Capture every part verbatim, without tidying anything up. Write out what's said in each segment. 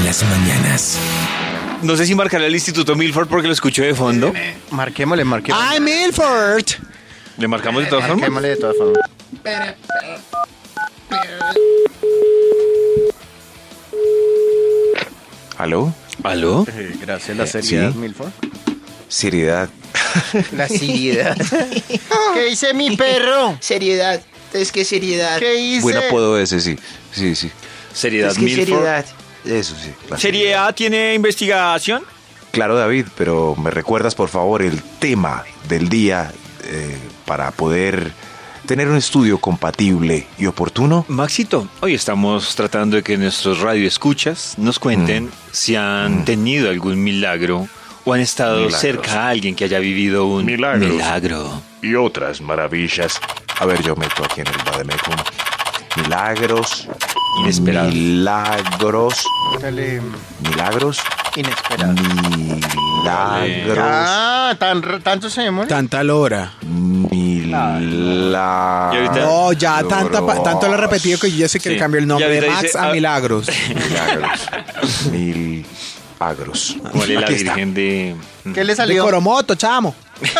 las mañanas. No sé si marcarle al Instituto Milford porque lo escucho de fondo. Marquémosle, marquémosle. ¡Ay, Milford! ¿Le marcamos de todas formas? Marquémosle de todas formas. ¿Aló? ¿Aló? Eh, gracias, la seriedad, ¿Sí? Milford. Seriedad. La seriedad. ¿Qué hice mi perro? Seriedad. Es que seriedad. ¿Qué hice? Buen apodo ese, sí. Sí, sí. Seriedad Es que Milford. seriedad. Eso sí. la ¿Serie A tiene investigación? Claro, David, pero me recuerdas, por favor, el tema del día eh, para poder tener un estudio compatible y oportuno. Maxito, hoy estamos tratando de que nuestros radioescuchas nos cuenten Mm. si han tenido algún milagro o han estado Milagros. cerca a alguien que haya vivido un Milagros. milagro. Y otras maravillas. A ver, yo meto aquí en el Bademecum. Milagros. Inesperados. Milagros. Dale, Milagros. inesperado. Milagros. Ah, tan, tanto se demora. Tanta lora. Milagros. Y ahorita- No, ya tanta, pa- tanto lo he repetido que yo ya sé que Sí. le cambió el Y nombre de ahorita Max dice, a ah, Milagros. Milagros. Milagros. Como la Aquí está. Virgen de... ¿Qué le De salió? Coromoto, chamo.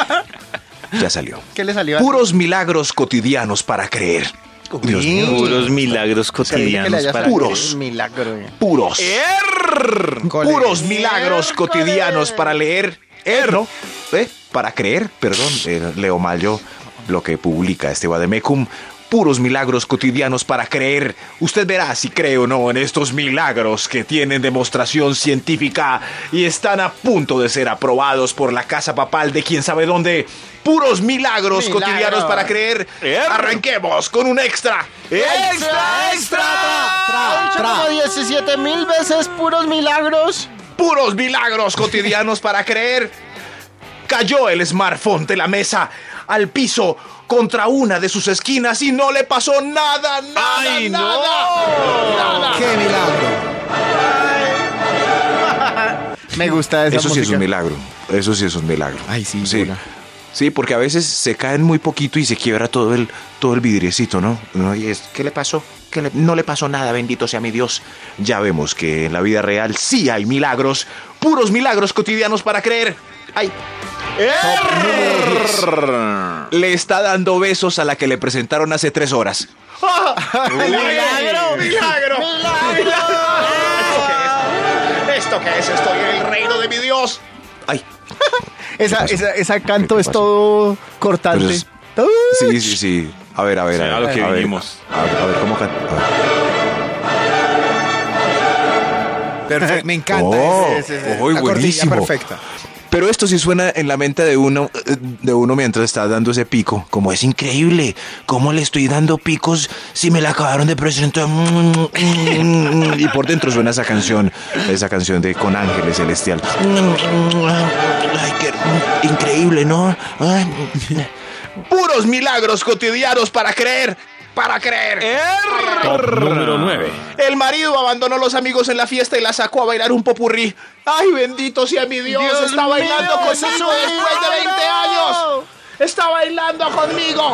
Ya salió. ¿Qué le salió? Puros milagros cotidianos para creer. Dios mío. Puros milagros Que le cotidianos haya para... salido Puros. un milagro. eh. Puros. Cole. Puros milagros cotidianos para leer. Er, ¿no? ¿Eh? Para creer, perdón, eh, leo mal yo lo que publica este Bademecum. Puros milagros cotidianos para creer. Usted verá si cree o no en estos milagros que tienen demostración científica y están a punto de ser aprobados por la casa papal de quién sabe dónde. Puros milagros Milagro. cotidianos para creer. Arranquemos con un extra. ¡Extra, extra! He hecho como diecisiete mil veces puros milagros. Puros milagros cotidianos para creer. Cayó el smartphone de la mesa al piso contra una de sus esquinas y no le pasó nada, nada, ¡Ay, no! nada. Nada. ¡Qué milagro! Me gusta esa Eso sí música. es un milagro. Eso sí es un milagro. Ay, sí, sí. hola. Sí, porque a veces se caen muy poquito y se quiebra todo el, todo el vidriecito, ¿no? ¿No? Y es, ¿qué le pasó? ¿Qué le- no le pasó nada, bendito sea mi Dios. Ya vemos que en la vida real sí hay milagros, puros milagros cotidianos para creer. ¡Ay! Le está dando besos a la que le presentaron hace tres horas. ¡Milagro! ¡Milagro! ¿Esto qué es? ¿Estoy en el reino de mi Dios? ¡Ay! Esa, ¿Qué pasó? esa, esa canto ¿Qué es pasó? todo cortante. Pero es- Todo- Sí, sí, sí. A ver, a ver, Sí, a ver. a lo que a ver, vinimos. A, a ver, ¿cómo can- a ver. Perfecto, me encanta. Oh, ese- oh, la cortinilla buenísimo. perfecta. Pero esto sí suena en la mente de uno, eh, de uno mientras está dando ese pico. Como es increíble, ¿cómo le estoy dando picos si me la acabaron de presentar? Y por dentro suena esa canción, esa canción de Con Ángeles Celestial. Ay, qué increíble, ¿no? Ay. Puros milagros cotidianos para creer, para creer. Top número nueve. El marido abandonó a los amigos en la fiesta y la sacó a bailar un popurrí. ¡Ay, bendito sea mi Dios! Dios ¡Está bailando mío, conmigo eso es después de veinte milagro. años! ¡Está bailando conmigo!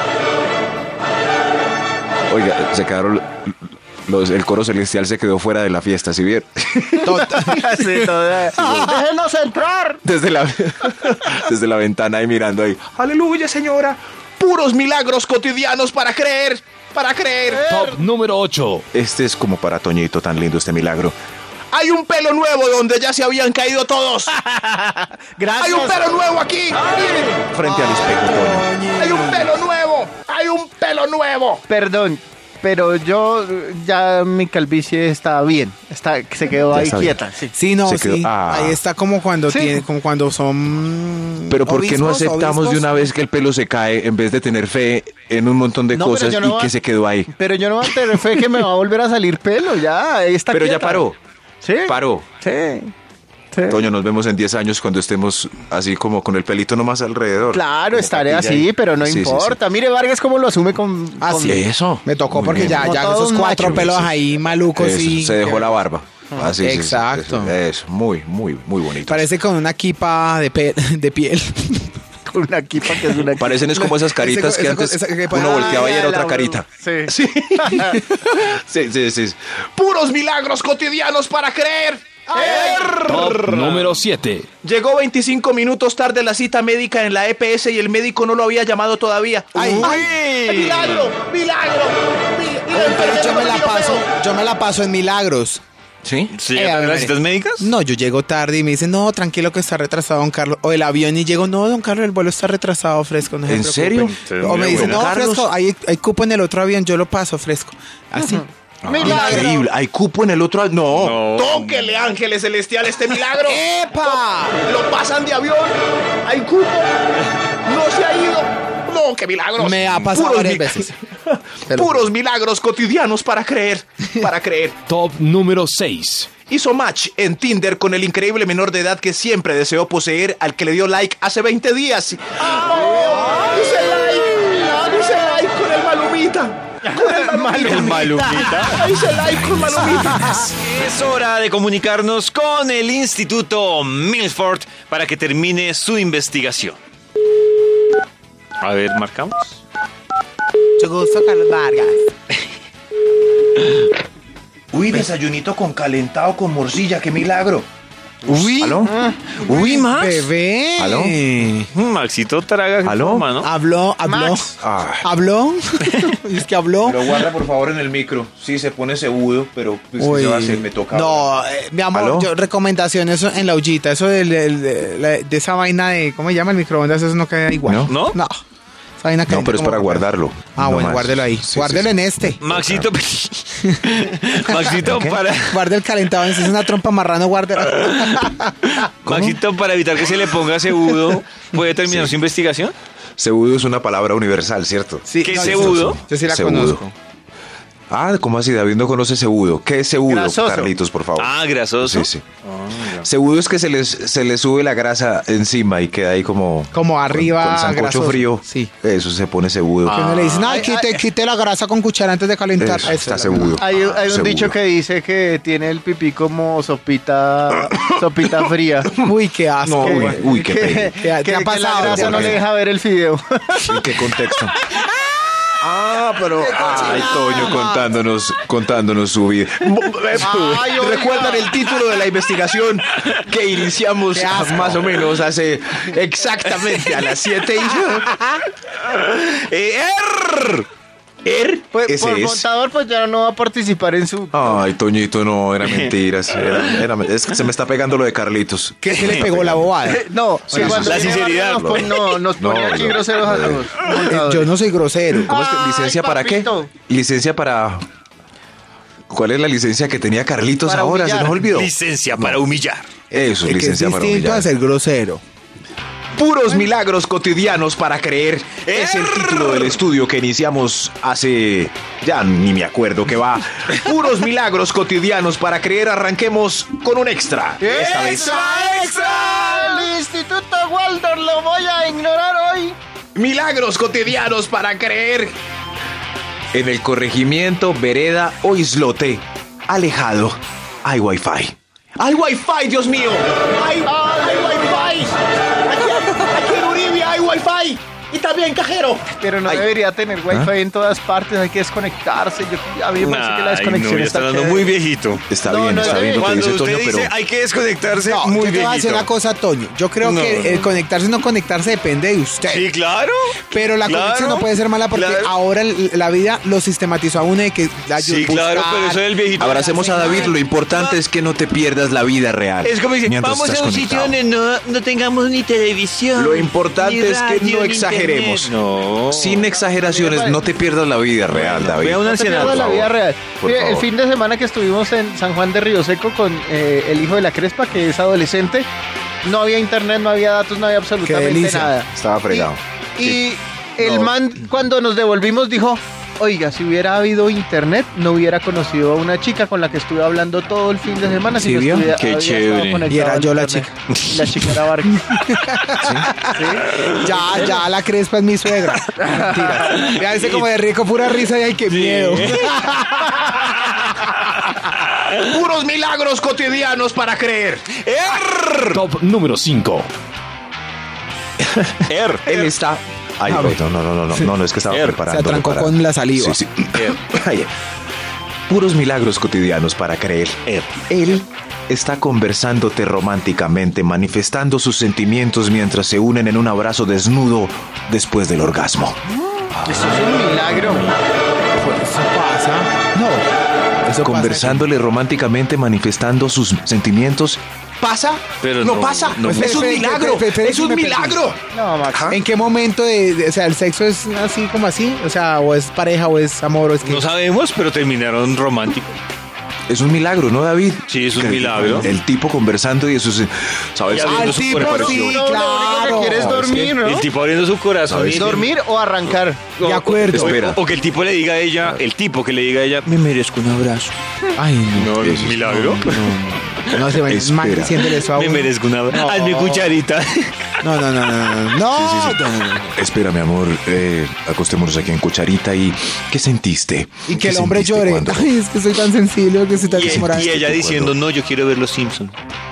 Oiga, se quedaron... Los, el coro celestial se quedó fuera de la fiesta, ¿sí vieron? Sí, toda- ¡Déjenos entrar! Desde la, desde la ventana ahí mirando ahí. ¡Aleluya, señora! Puros milagros cotidianos para creer, para creer. Top número ocho. Este es como para Toñito, tan lindo este milagro. Hay un pelo nuevo donde ya se habían caído todos. Gracias. Hay un pelo nuevo aquí. Frente al espejo, Toño. Hay un pelo nuevo. Hay un pelo nuevo. Perdón, pero yo ya mi calvicie está bien. Está, se quedó Ya ahí está bien. quieta. Sí. Sí, no, Se quedó- sí. ah. Ahí está como cuando Sí. tiene, como cuando son. Pero ¿por qué no obispos, aceptamos de obispos? una vez que el pelo se cae en vez de tener fe en un montón de No, pero cosas yo no y va- que se quedó ahí? Pero yo no voy a tener fe que me va a volver a salir pelo. Ya, ahí está Pero ya quieta. paró. Sí. Paró. Sí. Sí. Toño, nos vemos en diez años cuando estemos así como con el pelito nomás alrededor. Claro, Como estaré patilla así, ahí. pero no Sí, sí, importa. Mire Vargas cómo lo asume con... Ah, con- sí. Eso. Me tocó Muy porque bien. ya, Como ya todo esos un cuatro macho. pelos ahí malucos Eso, y. se dejó la barba. Así, sí, sí, Exacto. Eso, eso, muy, muy, muy bonito. Parece con una kipa de, pe- de piel. con una kipa que es una kipa. Parecen es como esas caritas Ese- que esa- antes esa- que- uno ah, volteaba y ya, era la otra broma. carita. Sí. Sí. sí, sí, sí. Puros milagros cotidianos para creer. A ver. Top número siete. Llegó veinticinco minutos tarde la cita médica en la E P S y el médico no lo había llamado todavía. Ay, ¡Ay! ¡Milagro! ¡Milagro! ¡Mil- Oye, pero yo me la Milagro, paso, feo! yo me la paso en milagros. ¿Sí? ¿Sí? Eh, a ver, ¿Las citas médicas? No, yo llego tarde y me dicen, no, tranquilo que está retrasado, don Carlos. O el avión y llego, no, don Carlos, el vuelo está retrasado, fresco. No se ¿En preocupe". serio? O me dicen, no, Don Carlos. fresco, hay, hay cupo en el otro avión, yo lo paso, fresco. Así. Milagro. Increíble. ¿Hay cupo en el otro? No. No. Tóquele, ángeles celestiales, este milagro. ¡Epa! Lo pasan de avión. Hay cupo. No se ha ido. No, qué milagros. Me ha pasado Puros varias mi- veces. Te lo Puros milagros cotidianos para creer. Para creer. Top número seis. Hizo match en Tinder con el increíble menor de edad que siempre deseó poseer al que le dio like hace veinte días. ¡Ah! ¡Hice like! ¡Hice like con el malumita! Con el malumita. El malumita. ¡Hice like con malumita! Es hora de comunicarnos con el Instituto Milford para que termine su investigación. A ver, marcamos. Mucho gusto, Carlos Vargas. Uy, desayunito con calentado con morcilla, qué milagro. Uy, ¿Aló? uy, Max. Bebé. ¿Aló? Maxito traga que ¿Aló? toma, ¿no? Habló, habló. Max. Ah, ¿Habló? Es que habló. pero guarda por favor en el micro. Sí, se pone segudo, pero pues, ¿qué Uy. se va a hacer? Me toca. No, eh, mi amor, ¿Aló? yo, recomendación, eso en la ollita, eso del- del- de, la- de esa vaina de, ¿cómo se llama el microondas? Eso no queda igual. ¿No? ¿No? No. Esa vaina No, calienta pero es como para papel. guardarlo. Ah, no bueno, más. guárdelo ahí. Sí, guárdelo sí, en sí. este. Maxito, Maxito para, Guarde el calentado, si es una trompa marrano, guárdelo. Maxito para evitar que se le ponga segudo, ¿puede terminar su investigación? Segudo es una palabra universal, ¿cierto? Sí, ¿Qué no, es yo- segudo? Yo sí la Segudo. conozco. Ah, ¿cómo así? David no conoce segudo. ¿Qué es segudo, Grasoso. Carlitos, por favor? Ah, grasoso. Sí, sí. Segudo es que se les se le sube la grasa encima y queda ahí como... Como arriba, Con, con sancocho grasoso. frío. Sí. Eso se pone segudo. Que uno le dicen, ay, Ay, quite, ay. quite la grasa con cuchara antes de calentar. Eso, Eso está es la- segudo. Hay, un- hay un Seguro. dicho que dice que tiene el pipí como sopita, sopita fría. Uy, qué asco. No, uy, güey. uy, qué que, pena. ¿Te ha- te que- ha que pasado, la grasa no Jorge? le deja ver el fideo. ¿En qué contexto? Ah, pero... Ay, Toño contándonos, contándonos su vida. Ay, oiga. ¿Recuerdan el título de la investigación que iniciamos Qué asco. más o menos hace exactamente a las siete y... Eh, er. ¿Er? Pues, Ese por es. montador, pues ya no va a participar en su... Ay, Toñito, no, eran mentiras. Era- era- es que se me está pegando lo de Carlitos. ¿Qué se le pegó la bobada? No, Sí, que sí, cuando la viene sinceridad. Nos pone, no, nos No, pone aquí no. groseros a todos. Eh, montadores. Yo no soy grosero. ¿Cómo es que Ay, licencia para papito. qué? Licencia para... ¿Cuál es la licencia que tenía Carlitos Para ahora? Se humillar. nos olvidó. Licencia para humillar. Eso, Es que es licencia para distinto humillar. a ser grosero. Puros milagros cotidianos para creer. Es el título del estudio que iniciamos hace... Ya ni me acuerdo qué va. Puros milagros cotidianos para creer. Arranquemos con un extra. Esta vez. ¡Extra! El Instituto Waldorf lo voy a ignorar hoy. Milagros cotidianos para creer. En el corregimiento, vereda o islote, alejado, hay wifi. ¡Hay wifi, Dios mío! ¡Hay, hay wifi! Aquí, aquí en Uribe hay wifi. Y también cajero. Pero no Ay. debería tener wifi en todas partes, hay que desconectarse. Yo, a mí me parece que la Ay, desconexión no, ya está está dando chévere. muy viejito. Está No, bien, no, está no, bien lo que Cuando dice usted Toño, dice pero... hay que desconectarse, No, muy yo te voy a decir viejito. una cosa, Toño. Yo creo No. que el conectarse o no conectarse depende de usted. Sí, claro. Pero la Claro, conexión no puede ser mala porque claro. ahora el- la vida lo sistematizó a uno de que la Sí, claro, pero eso del viejito. Abracemos a David, lo importante es que no te pierdas la vida real. Es como decir, mientras vamos estás a un sitio conectado. donde no, no tengamos ni televisión. Lo importante ni es que radio, no ni exageremos. internet. No. Sin exageraciones, no te pierdas la vida real, David. Ve a un No te pierdas ancianato. la vida real. Por Mire, el favor. fin de semana que estuvimos en San Juan de Río Seco con eh, el hijo de la Crespa, que es adolescente, no había internet, no había datos, no había absolutamente delicia. nada. Estaba fregado. Y, y el No. man, cuando nos devolvimos, dijo: oiga, si hubiera habido internet, no hubiera conocido a una chica con la que estuve hablando todo el fin de semana. ¿Sí si no vio? estuviera- Qué había estado chévere. conectado Y era al yo la internet. La chica era Barca. Ya, ya, la Crespa es mi suegra. Mentira. Ya ese como de rico, pura risa y ay, qué miedo. Puros milagros cotidianos para creer. Top número cinco. Er. Él está... Ay, A no, ver. no, no, no, no, no, no, es que estaba Er, preparando. se atrancó para- con la saliva. Sí, sí. Ay, puros milagros cotidianos para creer. Él está conversándote románticamente, manifestando sus sentimientos mientras se unen en un abrazo desnudo después del orgasmo. Eso es un milagro. Pues, ¿eso pasa? No. Eso Conversándole románticamente, manifestando sus sentimientos. ¿Pasa? Pero no, no, pasa. no es pasa. un milagro. Fe- fe- fe- Es un me perdí. milagro. No, Max. pasa. ¿En qué momento de, de- o sea, el sexo es así como así? O sea, o es pareja o es amor o es que... No sabemos, pero terminaron románticos. Es un milagro, ¿no, David? Sí, es un Que- milagro. El tipo conversando y eso es... ¿Sabes? Y abriendo Al su tipo corazón. sí, No, lo único claro. que quiere es dormir, ¿no? El tipo abriendo su corazón. y- ¿Dormir o arrancar? De acuerdo. O, Espera. o que el tipo le diga a ella, el tipo que le diga a ella, me merezco un abrazo. Ay, no. No, es un milagro. No, no se va Espera. man diciéndole eso a Me uno. merezco un abrazo. No. Hazme cucharita. No, no, no, no, no. No, no, no, no. Espera, mi amor, eh, acostémonos aquí en cucharita y... ¿Qué sentiste? Y que ¿Qué el hombre sentiste llore. cuando- Ay, es que soy tan sensible, que soy tan Y, enamorada. y ella diciendo, no, yo quiero ver los Simpsons.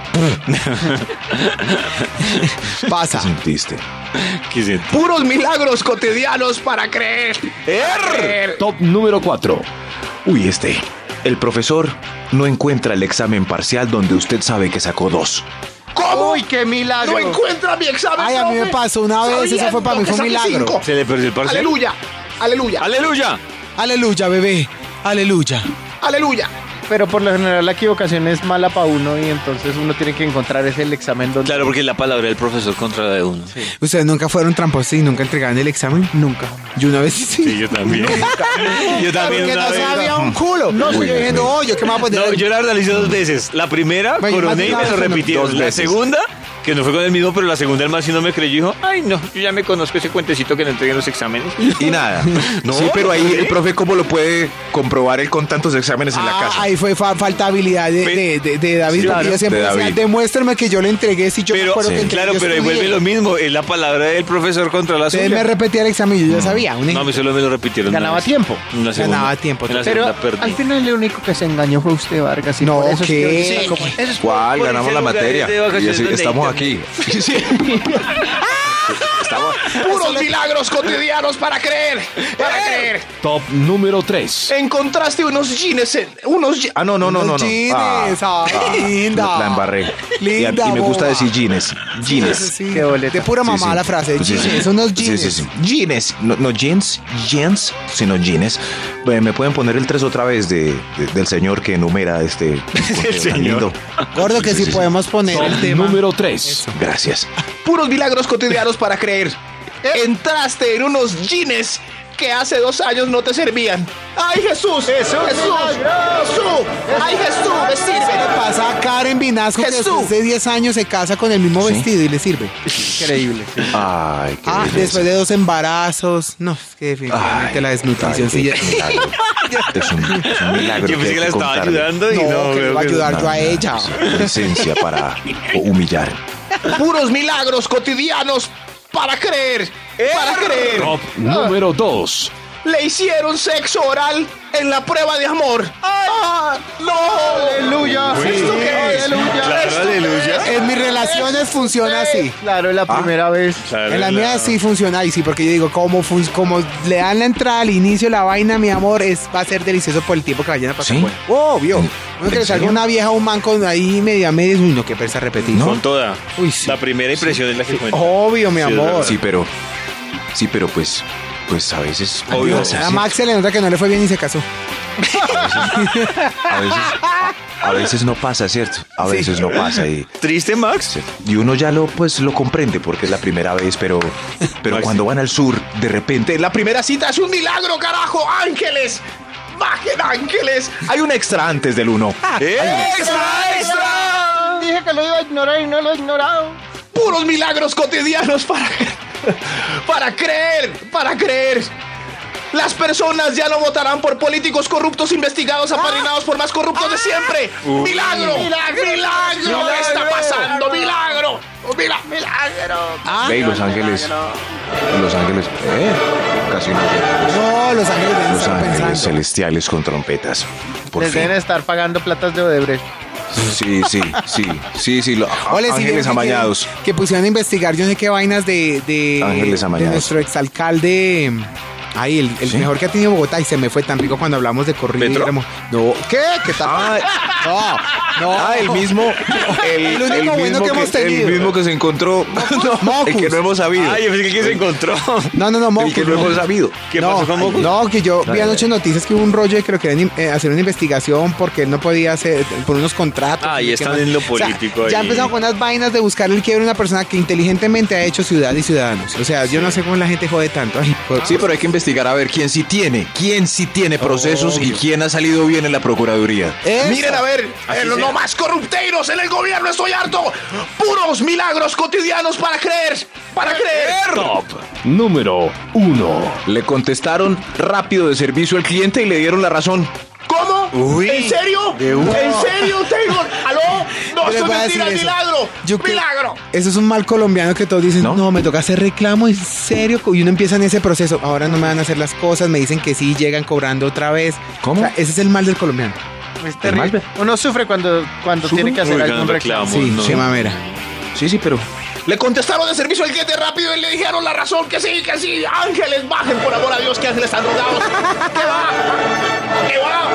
¿Qué Pasa. sentiste? ¿Qué se- Puros milagros cotidianos para creer. Er. Top número cuatro. Uy, este. El profesor no encuentra el examen parcial donde usted sabe que sacó dos. ¿Cómo? Uy, qué milagro. No encuentra mi examen. Ay, a mí me profe. pasó una vez, eso fue para mí, Sabiendo fue un que saqué milagro. cinco. ¿Se le perdió el parcial? Aleluya. Aleluya. ¡Aleluya! Aleluya, bebé. Aleluya. Aleluya. Pero por lo general la equivocación es mala para uno y entonces uno tiene que encontrar ese el examen donde... Claro, porque es la palabra del profesor contra la de uno. Sí, ¿Ustedes nunca fueron tramposos y nunca entregaron el examen? Nunca. Yo una vez sí. yo también. yo también Porque una no vez. sabía un culo. No, Uy, yo diciendo, uy. oh, yo qué me voy a poner. No, yo la verdad lo hice dos veces. La primera, Bueno, coroné y más me de lo una vez, repitieron. dos La veces. segunda, que no fue con el mismo, pero la segunda el más sí no me creyó y dijo, ay no, yo ya me conozco ese cuentecito que no entreguen los exámenes. Y nada. No, sí, pero ahí ¿sí? el profe, ¿cómo lo puede comprobar él con tantos exámenes en la Ah, casa? ahí fue fa- falta habilidad de, Pe- de, de, de David. Sí, porque claro, yo siempre de decía, David. demuéstrame que yo le entregué si yo me Pero, acuerdo sí, que entregué, claro, yo pero ahí estudié. vuelve lo mismo. Es la palabra del profesor contra la Ustedes suya. me repetía el examen y yo ya sabía. Un No, a mí solo me lo repitieron. una Ganaba vez. tiempo. En la segunda. Ganaba tiempo. En la Pero segunda perdí. al final el único que se engañó fue usted, Vargas. Y No, por eso es ¿qué? que Sí. ahorita como- Eso es ¿Cuál? por Ganamos ese la lugar materia. de Y vacaciones así- donde estamos internet. aquí. Sí. Estamos- Puros milagros cotidianos para creer. Para creer. Top número tres. Encontraste unos jeans en, unos je- Ah, no, no, no, no. no. Unos jeans, Ah, ay, ah, linda. La embarré. Linda, y, y me gusta boba. decir jeans. Jeans. Sí, sí. Qué boleta. De pura Sí, mamá sí. la frase. Sí, sí. jeans, unos Sí, jeans. sí, sí. Jeans. No, no jeans, jeans, sino jeans. Eh, ¿Me pueden poner el tres otra vez de, de- del señor que enumera este conteo tan señor. lindo? Gordo, que Sí, si sí, sí. podemos poner Top el tema. número tres. Gracias. Puros milagros cotidianos para creer. Entraste en unos jeans que hace dos años no te servían. ¡Ay, Jesús! ¡Jesús! ¡Jesús! ¡Ay, Jesús! ¡Me ¿Qué le sirve! pasa a Karen Vinasco que Jesús. después de diez años se casa con el mismo Sí. vestido y le sirve? Increíble. sí. Ay, qué Ah, belleza. después de dos embarazos. No, es que definitivamente Ay, la desnutrición ay, sí ya- qué milagro. Es un, es un milagro. Yo pensé hay que la estaba contarle. ayudando y No, no. que le veo va a que- ayudar yo a No, no, ella. Licencia para humillar. Puros milagros cotidianos para creer. Para creer. Top número dos. Le hicieron sexo oral en la prueba de amor. ¡Ah! ¡No! ¡Aleluya! ¿Esto qué es? Claro, ¿Esto aleluya. qué es? En mis relaciones funciona así. Claro, es la primera vez. Claro, En la la- mía sí funciona ahí, sí, porque yo digo, como, fun- como le dan la entrada al inicio, la vaina, mi amor, es va a ser delicioso por el tiempo que vayan a pasar. ¿Sí? Bueno, obvio. ¿En- Uno que en le salga serio? una vieja o un man con ahí media media, uy, no, qué pereza repetir. Con toda. Uy, sí. La primera impresión es la que cuenta. Obvio, mi Sí, es amor. verdad. Sí, pero. Sí, pero pues. Pues a veces. Obvio. pasa, A ¿sí? Max se le nota que no le fue bien y se casó. A veces, a veces no pasa, ¿cierto? A Sí. veces no pasa y, ¿Triste, Max? y uno ya lo pues lo comprende porque es la primera vez, pero pero Maxi. cuando van al sur, de repente La primera cita es un milagro, carajo. ¡Ángeles! ¡Bajen ángeles! hay un extra antes del uno. ¡Extra, extra! Dije que lo iba a ignorar y no lo he ignorado. Puros milagros cotidianos para, para creer, para creer. Las personas ya no votarán por políticos corruptos investigados, apadrinados por más corruptos de siempre. ¡Milagro! ¡Milagro! ¡Milagro! ¿Qué está pasando? ¡Milagro! ¡Mila- ¡Milagro! Ah, Ve y Los Ángeles. Los Ángeles. ¿Eh? Casi no. no, Los Ángeles deben Los estar Ángeles pensando. celestiales con trompetas. Por Les fin. deben estar pagando platas de Odebrecht. Sí, sí, sí, sí, sí, lo- Ole, sí, ángeles que- amañados. Que, que pusieron a investigar yo no sé qué vainas de, de, Ángeles de amañados. nuestro exalcalde. Ay, el, el ¿Sí? mejor que ha tenido Bogotá y se me fue tan rico cuando hablamos de corrido. y ¿Petro? éramos- No, ¿qué? ¿Qué tal? Ah, No, no. ah, el mismo, el, El único el bueno mismo que hemos tenido. el mismo que se encontró, no, Mocus. el que no hemos sabido, Ay, yo pensé que se encontró. No, no, no, el Mocus, que no no. hemos sabido. ¿Qué no, pasó con Mocus? No, que yo vi Ay, anoche noticias que hubo un rollo de que lo querían eh, hacer una investigación porque él no podía hacer por unos contratos. Ah, y y qué están más. en lo O sea, político ya ahí. empezaron con unas vainas de buscar el quiebre de una persona que inteligentemente ha hecho ciudad y ciudadanos. O sea, yo no sé cómo la gente jode tanto. Ay, joder. Sí, pero hay que investigar a ver quién sí tiene, quién sí tiene procesos y quién ha salido bien en la Procuraduría. Eso. Miren, a ver, eh, los sea. no más corrupteiros en el gobierno, estoy harto. Puros milagros cotidianos para creer, para creer. Top. Número uno. Le contestaron rápido de servicio al cliente y le dieron la razón. ¿Cómo? Uy. ¿En serio? De una. ¿En serio, Taylor? ¿Aló? No, Yo les esto es voy a mentira, decir eso. milagro. Yo creo- milagro. Eso es un mal colombiano que todos dicen, ¿No? ¿No? me toca hacer reclamo, en serio, y uno empieza en ese proceso, ahora no me van a hacer las cosas, me dicen que sí, llegan cobrando otra vez. ¿Cómo? O sea, ese es el mal del colombiano. Es terrible. Uno sufre cuando, cuando tiene que hacer Uy, algún cuando reclamo. reclamo. Sí, no. qué mamera. Sí, sí, pero Le contestaron de servicio al cliente rápido y le dijeron la razón, que sí, que sí. Ángeles, bajen por amor a Dios, que ángeles están drogados. ¿Qué va? ¿Qué va?